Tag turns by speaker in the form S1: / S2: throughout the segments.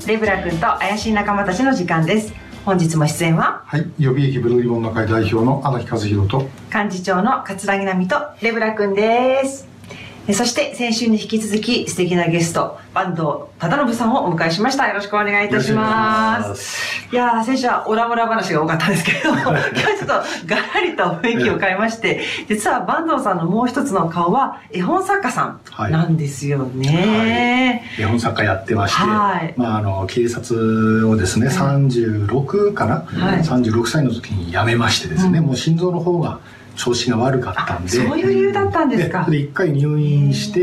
S1: レブラ君と怪しい仲間たちの時間です。本日も出演は、
S2: はい、予備役ブルーリボンの会代表の荒木和弘と
S1: 幹事長の桂木奈美とレブラ君です。そして先週に引き続き素敵なゲスト坂東忠信さんをお迎えしました。よろしくお願いいたします。いやー、先週はオラオラ話が多かったんですけど今日はちょっとガラリと雰囲気を変えまして実は坂東さんのもう一つの顔は絵本作家さんなんですよね。
S2: 絵本作家やってまして、警察をですね、36かな、36歳の時に辞めましてですね、もう心臓の方が調子が悪かったんで、
S1: そういう理由だったんですか。
S2: で1回入院して、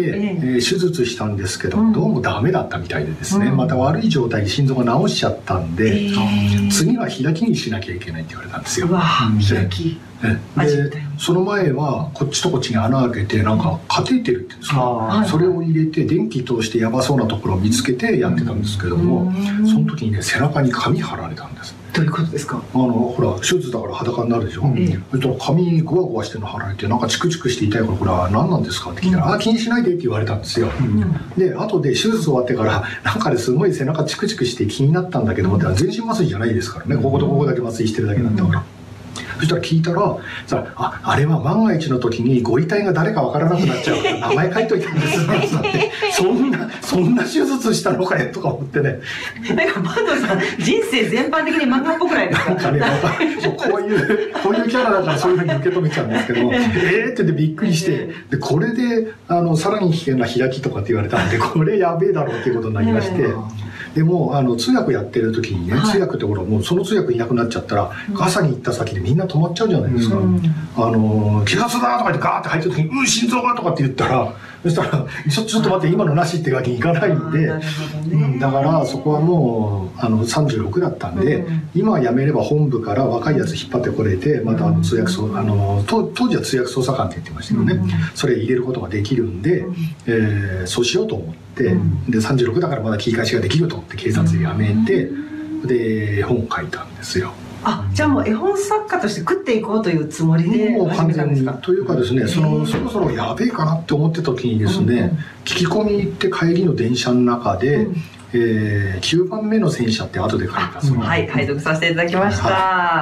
S2: 手術したんですけど、どうもダメだったみたいでですね、また悪い状態で心臓が治しちゃったんで、次は開きにしなきゃいけないって言われたんですよ。
S1: 開き
S2: でその前はこっちとこっちに穴開けてなんかカテーテルっていうんですか、それを入れて電気通してやばそうなところを見つけてやってたんですけども、その時にね、背中に紙貼られたんです。
S1: どういうことですか。
S2: ほら手術だから裸になるでしょ、そしたら髪ゴワゴワしてるの貼られて、なんかチクチクして痛いから、これは何なんですかって聞いたら、気にしないでって言われたんですよ。で後で手術終わってからなんかですごい背中チクチクして気になったんだけども、全身麻酔じゃないですからね、こことここだけ麻酔してるだけなんだから。そしたら聞いたら、あれは万が一の時にご遺体が誰かわからなくなっちゃうから名前書いといたんですってそんな手術したのかよとか思ってね。
S1: なんか坂東さん人生全般的に漫画っぽくないですか。
S2: なんかね、こういうキャラだからそういうふうに受け止めちゃうんですけどもってでびっくりして、でこれでさらに危険な開きとかって言われたんで、これやべえだろうっていうことになりまして。でも通訳やってる時にね、通訳ってほらもうその通訳いなくなっちゃったら、朝に行った先でみんな止まっちゃうじゃないですか。警察だとか言ってガーって入った時に「心臓が」とかって言ったら、そしたらちょっと待って今のなしってわけにいかないんで、だからそこはもう36だったんで、今辞めれば本部から若いやつ引っ張ってこれて、また通訳当時は通訳捜査官って言ってましたけどね、それ入れることができるんで、そうしようと思って、で36だからまだ切り返しができると思って警察辞めて、で絵本を書いたんですよ。
S1: じゃあもう絵本作家として食っていこうというつもりで
S2: もう完全にというかですね、そろそろやべえかなって思ってた時にですね、聞き込み行って帰りの電車の中で、9番目の戦車って後で書いた
S1: 拝読させていただきました、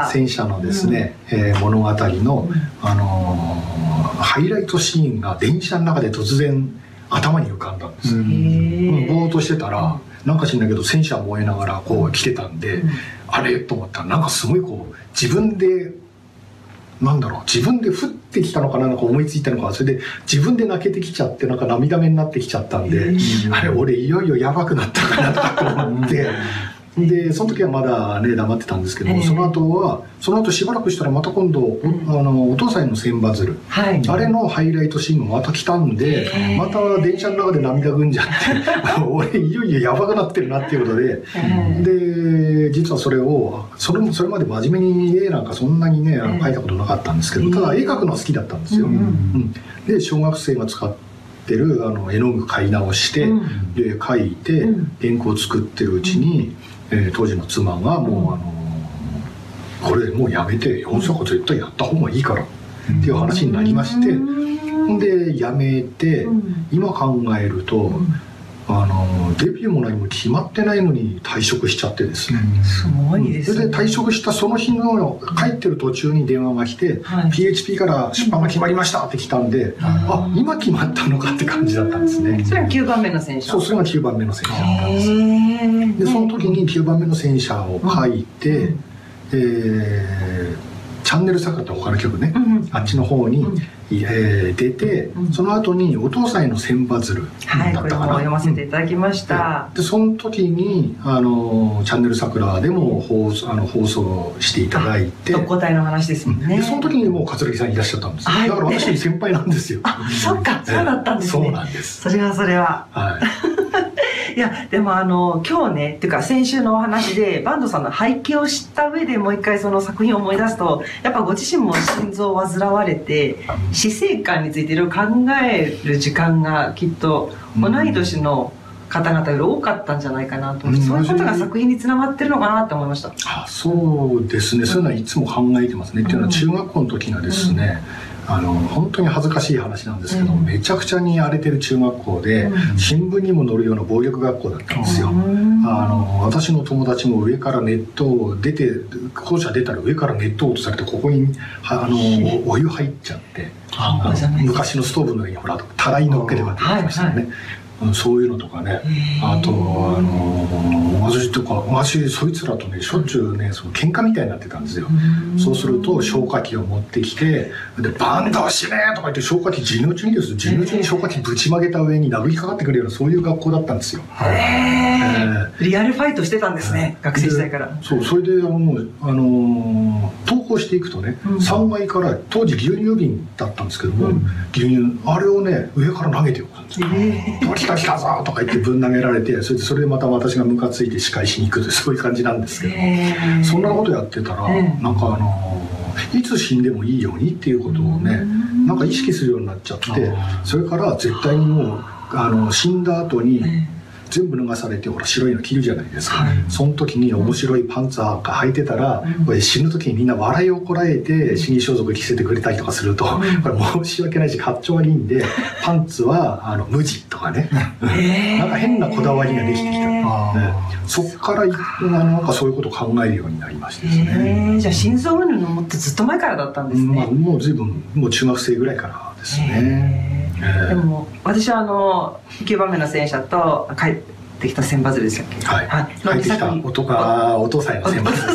S2: 戦車のですね、物語の、ハイライトシーンが電車の中で突然頭に浮かんだんです。ぼーっとしてたらなんか知んないけど戦車燃えながらこう来てたんで、あれと思ったらなんかすごいこう自分で降ってきたのかな、なんか思いついたのか、それで自分で泣けてきちゃって、なんか涙目になってきちゃったんで、あれ俺いよいよやばくなったかなとか思ってでその時はまだね黙ってたんですけども、その後しばらくしたらまた今度お父さんの千羽鶴、あれのハイライトシーンがまた来たんで、また電車の中で涙ぐんじゃって俺いよいよやばくなってるなっていうことで、で実はそれまで真面目に絵なんかそんなにね描いたことなかったんですけど、ただ絵描くのは好きだったんですよ。で小学生が使ってる絵の具買い直してで描いて原稿を作ってるうちに、当時の妻がもうこれもうやめて絵本作家絶対やった方がいいからっていう話になりまして、でやめて、今考えるとデビューも何も決まってないのに退職しちゃってですね。
S1: すごいですね。
S2: それで退職したその日の帰ってる途中に電話が来て、PHP から出版が決まりましたって来たんで、今決まったのかって感じだったんですね。
S1: それが9番目の戦車。
S2: そう、それが9番目の戦車だったんです。でその時に9番目の戦車を書いて、チャンネル作家って他の曲ね、あっちの方に出て、その後にお父さんへの千羽鶴だったかな、
S1: これも読ませていただきました。
S2: でその時にチャンネル桜でも放送していただいて、
S1: 特攻隊の話ですもんね。
S2: その時にもう桂木さんいらっしゃったんです。だから私より先輩なんですよ。
S1: そっか、そうだったんですね。
S2: そうなんです。
S1: それは。いやでも今日ねっていうか先週のお話で坂東さんの背景を知った上でもう一回その作品を思い出すと、やっぱご自身も心臓を患われて死生観についていろいろ考える時間がきっと同い年の方々より多かったんじゃないかなと思って、そういうことが作品につながってるのかなって思いました。
S2: そうですね、そういうのはいつも考えてますね。っていうのは中学校の時がですね、本当に恥ずかしい話なんですけど、めちゃくちゃに荒れてる中学校で、新聞にも載るような暴力学校だったんですよ。私の友達も上から熱湯を出て、校舎出たら上から熱湯を落とされて、ここにお湯入っちゃって、昔のストーブの上にほらたらいのっけてかって言ってましたよね。そういうのとかね、あと私そいつらとねしょっちゅうねその喧嘩みたいになってたんですよ。そうすると消火器を持ってきて「でバンド死ね!」とか言って消火器授業中にですよ、授業中に消火器ぶちまけた上に殴りかかってくるようなそういう学校だったんですよ。
S1: リアルファイトしてたんですね、学生時代から。
S2: そう、それでもう登校していくとね、3階から当時牛乳瓶だったんですけども、牛乳あれをね上から投げておくんですよ。来たぞとか言ってぶん投げられて、それでまた私がムカついて仕返しに行くというそういう感じなんですけど、そんなことやってたらなんかいつ死んでもいいようにっていうことをねなんか意識するようになっちゃって、それから絶対にもう死んだ後に全部脱がされてほら白いの着るじゃないですか、その時に面白いパンツァーが履いてたら、これ死ぬ時にみんな笑いをこらえて死に装束着せてくれたりとかすると、これ申し訳ないしかっちょ悪いんでパンツは無地とかねなんか変なこだわりができてきた、そっからなんかそういうことを考えるようになりましてですね。
S1: じゃあ心臓運動のもっとずっと前からだったんですね。
S2: もう随分もう中学生ぐらいからですね。
S1: でも私は9番目の戦車と帰ってきた千羽鶴でしたっけ。
S2: 帰ってきたお父さんの千羽鶴。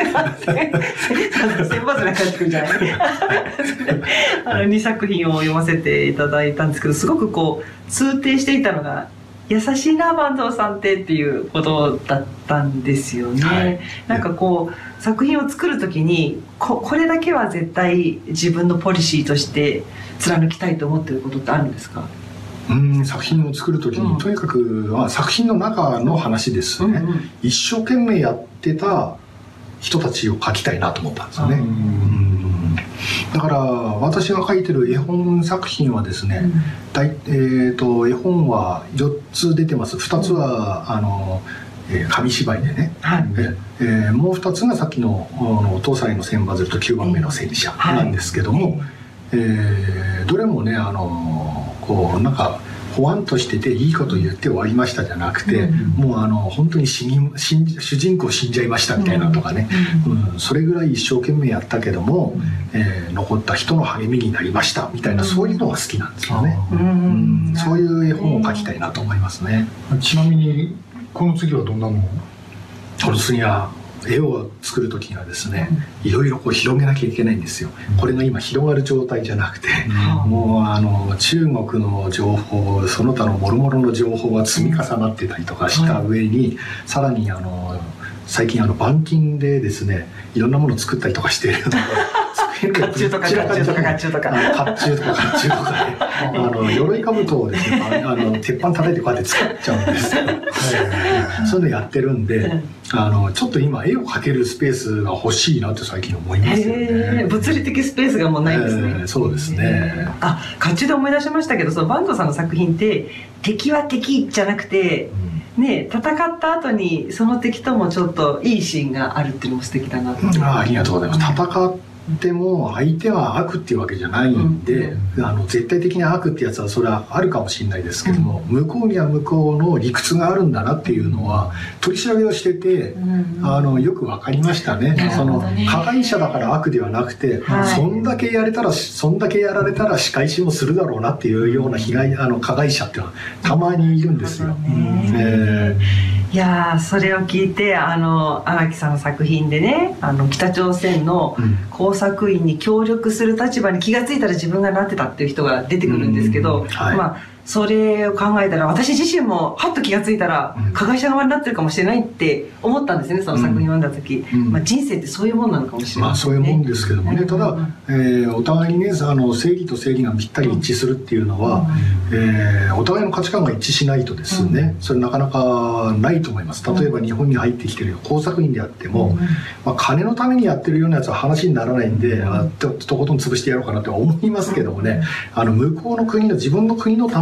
S1: 千羽鶴が帰ってくるんじゃない2作品を読ませていただいたんですけど、すごくこう通底していたのが優しいな坂東さんっていうことだったんですよね。なんかこう作品を作る時にこれだけは絶対自分のポリシーとして貫きたいと思っていることってあるんですか？
S2: 作品を作る時にとにかく作品の中の話ですね、一生懸命やってた人たちを描きたいなと思ったんですよね。だから私が書いてる絵本作品はですね、絵本は4つ出てます。2つは紙芝居でね、もう2つがさっきのお父さんへの千羽鶴と9番目の戦車なんですけども、どれもねこうなんかほわんとしてていいこと言って終わりましたじゃなくて、もう本当に主人公死んじゃいましたみたいなとかね、それぐらい一生懸命やったけども、残った人の励みになりましたみたいな、そういうのが好きなんですよね。そういう絵本を描きたいなと思いますね。
S3: ちなみにこの次はどんなの？
S2: この次は絵を作る時にはですね、いろいろこう広げなきゃいけないんですよ。これが今広がる状態じゃなくて、もう中国の情報、その他の諸々の情報が積み重なってたりとかした上に、さらに最近板金でですねいろんなものを作ったりとかしているので
S1: 甲冑とか甲冑とか甲冑とか
S2: 甲冑とか甲冑とかね鎧兜をですね鉄板叩いてこうやって作っちゃうんですよ。そういうのやってるんでちょっと今絵を描けるスペースが欲しいなって最近思いますよね。
S1: 物理的スペースがもうないんですね。
S2: そうですね。
S1: 甲冑で思い出しましたけど、その坂東さんの作品って敵は敵じゃなくて、ね、戦った後にその敵ともちょっといいシーンがあるっていうのも素敵だなと。
S2: ありがとうございます。戦っても相手は悪っていうわけじゃないんで、絶対的に悪ってやつはそれはあるかもしれないですけども、向こうには向こうの理屈があるんだなっていうのは取り調べをしてて、よく分かりましたね。その加害者だから悪ではなくて、そんだけやられたら仕返しもするだろうなっていうような加害者っていうのはたまにいるんですよ。
S1: いやそれを聞いて荒木さんの作品でね北朝鮮の工作員に協力する立場に気が付いたら自分がなってたっていう人が出てくるんですけど、それを考えたら私自身もはっと気が付いたら加害者側になってるかもしれないって思ったんですね、その作品を読んだ時。人生ってそういうもんなのかもしれないですね。
S2: そういうもんですけどもね、ただ、お互いにね正義と正義がぴったり一致するっていうのは、お互いの価値観が一致しないとですね、それなかなかないと思います。例えば日本に入ってきてる工作員であっても、金のためにやってるようなやつは話にならないんで、とことん潰してやろうかなって思いますけどもね、向こうの国の自分の国のため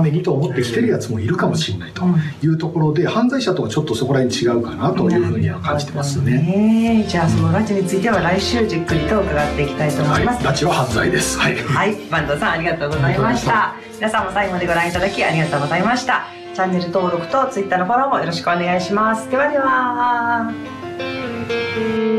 S2: めにと思って来てるやつもいるかもしれないというところで、犯罪者とはちょっとそこら辺違うかなというふうには感じてますね。
S1: じゃあその拉致については来週じっくりと伺っていきたいと思います。
S2: 拉致は犯罪です。はい、
S1: はい、坂東さんありがとうございました。皆さんも最後までご覧いただきありがとうございました。チャンネル登録と Twitter のフォローもよろしくお願いします。ではでは。